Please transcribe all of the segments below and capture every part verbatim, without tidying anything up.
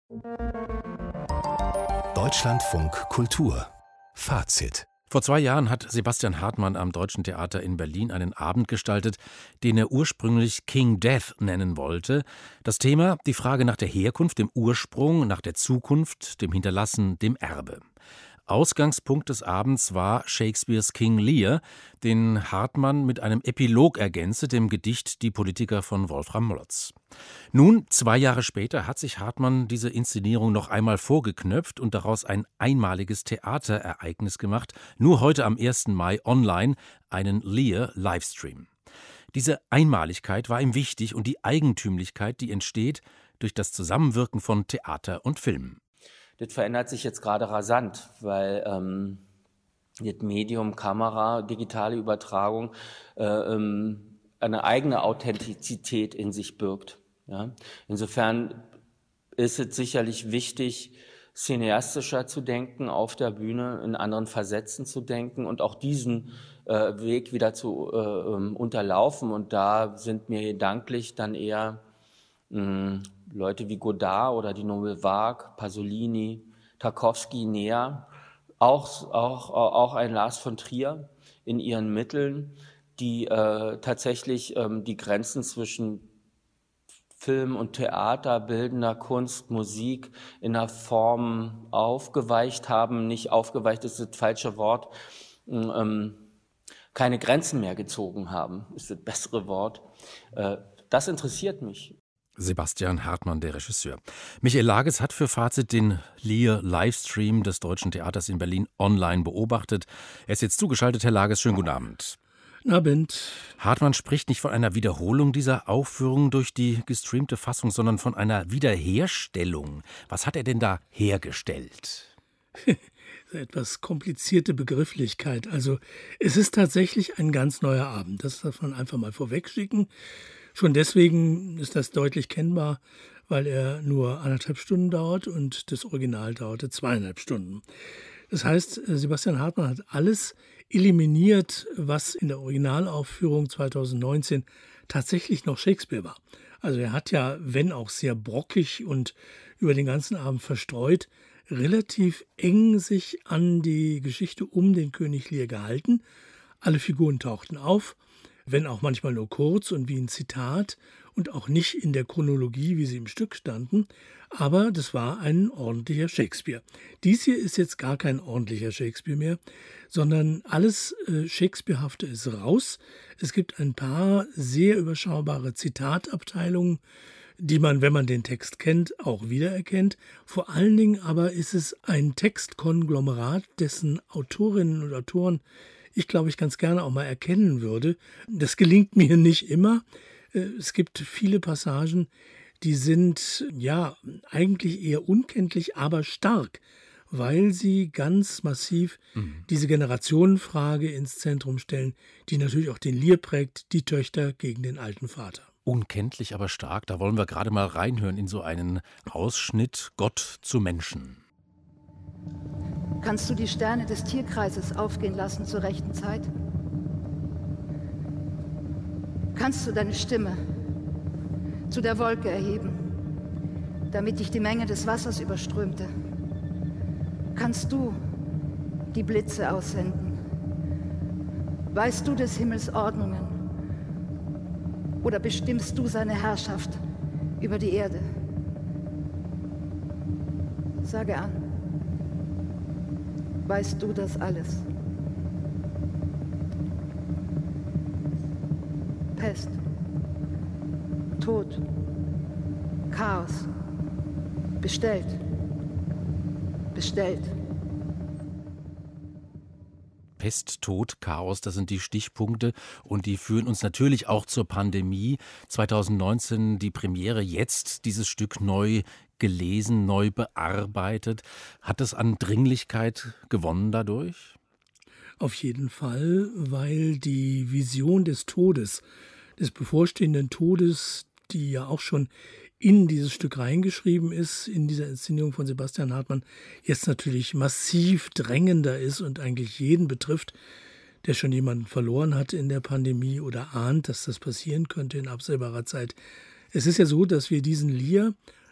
Deutschlandfunk Kultur Fazit. Vor zwei Jahren hat Sebastian Hartmann am Deutschen Theater in Berlin einen Abend gestaltet, den er ursprünglich King Death nennen wollte. Das Thema: die Frage nach der Herkunft, dem Ursprung, nach der Zukunft, dem Hinterlassen, dem Erbe. Ausgangspunkt des Abends war Shakespeares King Lear, den Hartmann mit einem Epilog ergänzte, dem Gedicht Die Politiker von Wolfram Molotz. Nun, zwei Jahre später, hat sich Hartmann diese Inszenierung noch einmal vorgeknöpft und daraus ein einmaliges Theaterereignis gemacht. Nur heute am ersten Mai online einen Lear-Livestream. Diese Einmaligkeit war ihm wichtig und die Eigentümlichkeit, die entsteht durch das Zusammenwirken von Theater und Film. Das verändert sich jetzt gerade rasant, weil ähm, das Medium, Kamera, digitale Übertragung äh, ähm, eine eigene Authentizität in sich birgt. Ja? Insofern ist es sicherlich wichtig, cineastischer zu denken, auf der Bühne in anderen Versätzen zu denken und auch diesen äh, Weg wieder zu äh, ähm, unterlaufen. Und da sind mir gedanklich dann eher mh, Leute wie Godard oder die Nouvelle Vague, Pasolini, Tarkovsky näher, auch, auch, auch ein Lars von Trier in ihren Mitteln, die äh, tatsächlich ähm, die Grenzen zwischen Film und Theater, bildender Kunst, Musik in einer Form aufgeweicht haben, nicht aufgeweicht ist das falsche Wort, ähm, keine Grenzen mehr gezogen haben, ist das bessere Wort. Äh, das interessiert mich. Sebastian Hartmann, der Regisseur. Michael Lages hat für Fazit den Lear-Livestream des Deutschen Theaters in Berlin online beobachtet. Er ist jetzt zugeschaltet. Herr Lages, schönen guten Abend. Guten Abend. Hartmann spricht nicht von einer Wiederholung dieser Aufführung durch die gestreamte Fassung, sondern von einer Wiederherstellung. Was hat er denn da hergestellt? Etwas komplizierte Begrifflichkeit. Also es ist tatsächlich ein ganz neuer Abend. Das darf man einfach mal vorwegschicken. Schon deswegen ist das deutlich kennbar, weil er nur anderthalb Stunden dauert und das Original dauerte zweieinhalb Stunden. Das heißt, Sebastian Hartmann hat alles eliminiert, was in der Originalaufführung zweitausendneunzehn tatsächlich noch Shakespeare war. Also er hat ja, wenn auch sehr brockig und über den ganzen Abend verstreut, relativ eng sich an die Geschichte um den König Lear gehalten. Alle Figuren tauchten auf, wenn auch manchmal nur kurz und wie ein Zitat und auch nicht in der Chronologie, wie sie im Stück standen. Aber das war ein ordentlicher Shakespeare. Dies hier ist jetzt gar kein ordentlicher Shakespeare mehr, sondern alles äh, Shakespearehafte ist raus. Es gibt ein paar sehr überschaubare Zitatabteilungen, die man, wenn man den Text kennt, auch wiedererkennt. Vor allen Dingen aber ist es ein Textkonglomerat, dessen Autorinnen und Autoren ich glaube, ich ganz gerne auch mal erkennen würde. Das gelingt mir nicht immer. Es gibt viele Passagen, die sind ja eigentlich eher unkenntlich, aber stark, weil sie ganz massiv mhm. diese Generationenfrage ins Zentrum stellen, die natürlich auch den Lear prägt, die Töchter gegen den alten Vater. Unkenntlich, aber stark. Da wollen wir gerade mal reinhören in so einen Ausschnitt Gott zu Menschen. Kannst du die Sterne des Tierkreises aufgehen lassen zur rechten Zeit? Kannst du deine Stimme zu der Wolke erheben, damit dich die Menge des Wassers überströmte? Kannst du die Blitze aussenden? Weißt du des Himmels Ordnungen? Oder bestimmst du seine Herrschaft über die Erde? Sage an. Weißt du das alles? Pest, Tod, Chaos, bestellt, bestellt. Pest, Tod, Chaos, das sind die Stichpunkte und die führen uns natürlich auch zur Pandemie. zweitausendneunzehn die Premiere, jetzt dieses Stück neu gelesen, neu bearbeitet. Hat es an Dringlichkeit gewonnen dadurch? Auf jeden Fall, weil die Vision des Todes, des bevorstehenden Todes, die ja auch schon in dieses Stück reingeschrieben ist, in dieser Inszenierung von Sebastian Hartmann, jetzt natürlich massiv drängender ist und eigentlich jeden betrifft, der schon jemanden verloren hat in der Pandemie oder ahnt, dass das passieren könnte in absehbarer Zeit. Es ist ja so, dass wir diesen Lear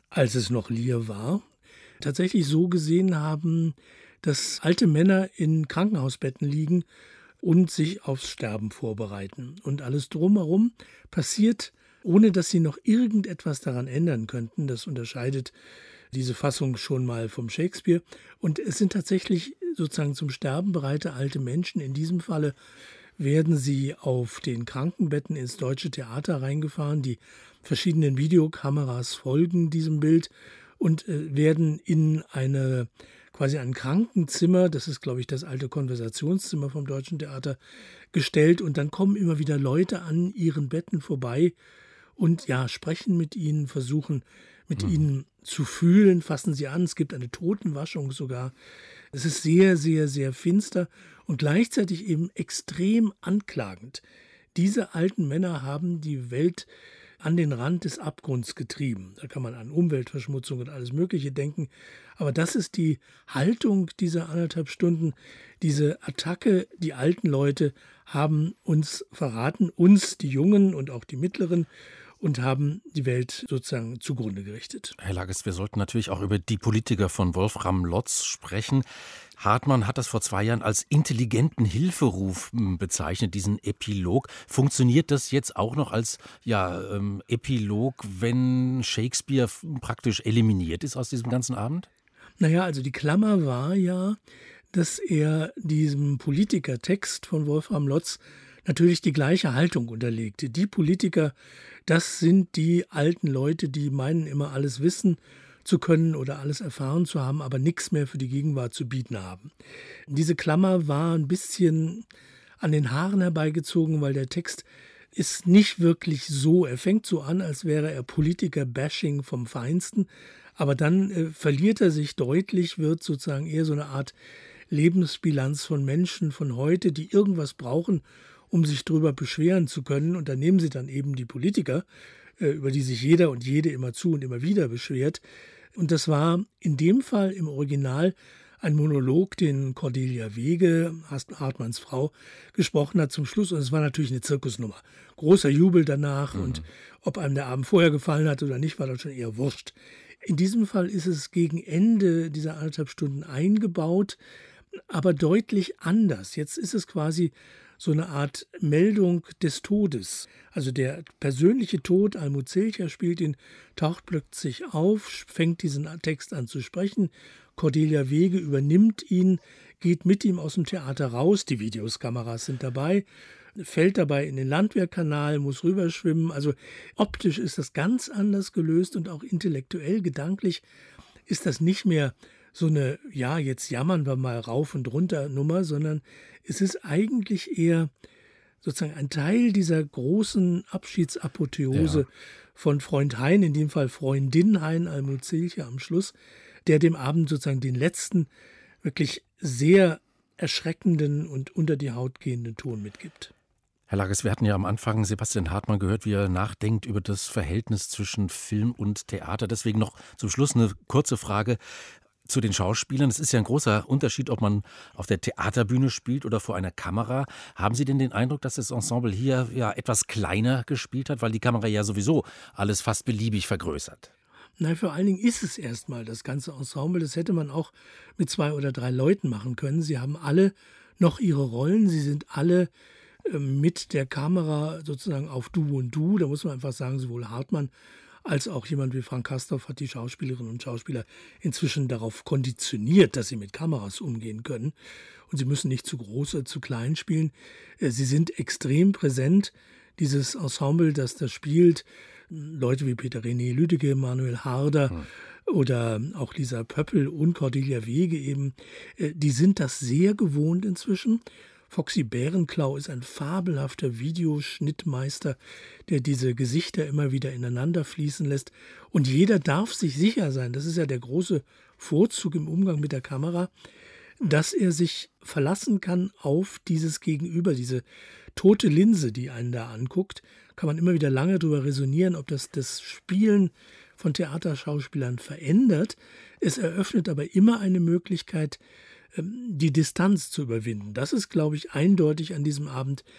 als es noch Lear war, tatsächlich so gesehen haben, dass alte Männer in Krankenhausbetten liegen und sich aufs Sterben vorbereiten. Und alles drumherum passiert, ohne dass sie noch irgendetwas daran ändern könnten. Das unterscheidet diese Fassung schon mal vom Shakespeare. Und es sind tatsächlich sozusagen zum Sterben bereite alte Menschen. In diesem Falle werden sie auf den Krankenbetten ins Deutsche Theater reingefahren. Die verschiedenen Videokameras folgen diesem Bild und äh, werden in eine quasi ein Krankenzimmer, das ist, glaube ich, das alte Konversationszimmer vom Deutschen Theater, gestellt. Und dann kommen immer wieder Leute an ihren Betten vorbei und ja, sprechen mit ihnen, versuchen mit mhm. ihnen zu fühlen, fassen sie an. Es gibt eine Totenwaschung sogar. Es ist sehr, sehr, sehr finster und gleichzeitig eben extrem anklagend. Diese alten Männer haben die Welt an den Rand des Abgrunds getrieben. Da kann man an Umweltverschmutzung und alles Mögliche denken. Aber das ist die Haltung dieser anderthalb Stunden, diese Attacke. Die alten Leute haben uns verraten, uns, die Jungen und auch die Mittleren, und haben die Welt sozusagen zugrunde gerichtet. Herr Lages, wir sollten natürlich auch über die Politiker von Wolfram Lotz sprechen. Hartmann hat das vor zwei Jahren als intelligenten Hilferuf bezeichnet, diesen Epilog. Funktioniert das jetzt auch noch als ja, ähm, Epilog, wenn Shakespeare praktisch eliminiert ist aus diesem ganzen Abend? Naja, also die Klammer war ja, dass er diesem Politikertext von Wolfram Lotz natürlich die gleiche Haltung unterlegte. Die Politiker, das sind die alten Leute, die meinen immer alles wissen zu können oder alles erfahren zu haben, aber nichts mehr für die Gegenwart zu bieten haben. Diese Klammer war ein bisschen an den Haaren herbeigezogen, weil der Text ist nicht wirklich so, er fängt so an, als wäre er Politiker-Bashing vom Feinsten, aber dann äh, verliert er sich deutlich, wird sozusagen eher so eine Art Lebensbilanz von Menschen von heute, die irgendwas brauchen, um sich darüber beschweren zu können. Und dann nehmen sie dann eben die Politiker, über die sich jeder und jede immer zu und immer wieder beschwert. Und das war in dem Fall im Original ein Monolog, den Cordelia Wege, Hartmanns Frau, gesprochen hat zum Schluss. Und es war natürlich eine Zirkusnummer. Großer Jubel danach. Mhm. Und ob einem der Abend vorher gefallen hat oder nicht, war dann schon eher wurscht. In diesem Fall ist es gegen Ende dieser anderthalb Stunden eingebaut, aber deutlich anders. Jetzt ist es quasi so eine Art Meldung des Todes. Also der persönliche Tod, Almut Zilcher spielt ihn, taucht plötzlich auf, fängt diesen Text an zu sprechen. Cordelia Wege übernimmt ihn, geht mit ihm aus dem Theater raus, die Videokameras sind dabei, fällt dabei in den Landwehrkanal, muss rüberschwimmen. Also optisch ist das ganz anders gelöst und auch intellektuell, gedanklich ist das nicht mehr so eine, ja, jetzt jammern wir mal rauf und runter Nummer, sondern es ist eigentlich eher sozusagen ein Teil dieser großen Abschiedsapotheose ja. von Freund Hein, in dem Fall Freundin Hein, Almut Zilcher am Schluss, der dem Abend sozusagen den letzten, wirklich sehr erschreckenden und unter die Haut gehenden Ton mitgibt. Herr Lages, wir hatten ja am Anfang Sebastian Hartmann gehört, wie er nachdenkt über das Verhältnis zwischen Film und Theater. Deswegen noch zum Schluss eine kurze Frage zu den Schauspielern. Es ist ja ein großer Unterschied, ob man auf der Theaterbühne spielt oder vor einer Kamera. Haben Sie denn den Eindruck, dass das Ensemble hier ja etwas kleiner gespielt hat, weil die Kamera ja sowieso alles fast beliebig vergrößert? Nein, vor allen Dingen ist es erstmal das ganze Ensemble. Das hätte man auch mit zwei oder drei Leuten machen können. Sie haben alle noch ihre Rollen. Sie sind alle äh, mit der Kamera sozusagen auf Du und Du. Da muss man einfach sagen, sowohl Hartmann als auch jemand wie Frank Castorf hat die Schauspielerinnen und Schauspieler inzwischen darauf konditioniert, dass sie mit Kameras umgehen können. Und sie müssen nicht zu groß oder zu klein spielen. Sie sind extrem präsent. Dieses Ensemble, das da spielt, Leute wie Peter René Lüdecke, Manuel Harder hm. oder auch Lisa Pöppel und Cordelia Wege eben, die sind das sehr gewohnt inzwischen. Foxy Bärenklau ist ein fabelhafter Videoschnittmeister, der diese Gesichter immer wieder ineinander fließen lässt. Und jeder darf sich sicher sein, das ist ja der große Vorzug im Umgang mit der Kamera, dass er sich verlassen kann auf dieses Gegenüber, diese tote Linse, die einen da anguckt. Kann man immer wieder lange darüber resonieren, ob das das Spielen von Theaterschauspielern verändert. Es eröffnet aber immer eine Möglichkeit, die Distanz zu überwinden. Das ist, glaube ich, eindeutig an diesem Abend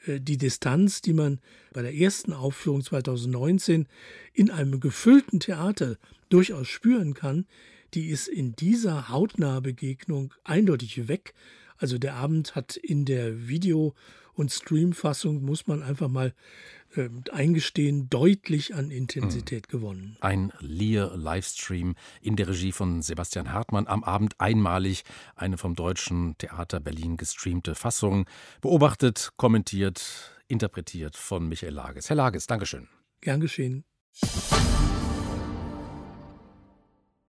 Die Distanz, die man bei der ersten Aufführung zweitausendneunzehn in einem gefüllten Theater durchaus spüren kann, die ist in dieser Hautnahbegegnung eindeutig weg. Also der Abend hat in der Video- und Streamfassung, muss man einfach mal äh, eingestehen, deutlich an Intensität gewonnen. Ein Lear-Livestream in der Regie von Sebastian Hartmann. Am Abend einmalig eine vom Deutschen Theater Berlin gestreamte Fassung. Beobachtet, kommentiert, interpretiert von Michael Lages. Herr Lages, Dankeschön. Gern geschehen.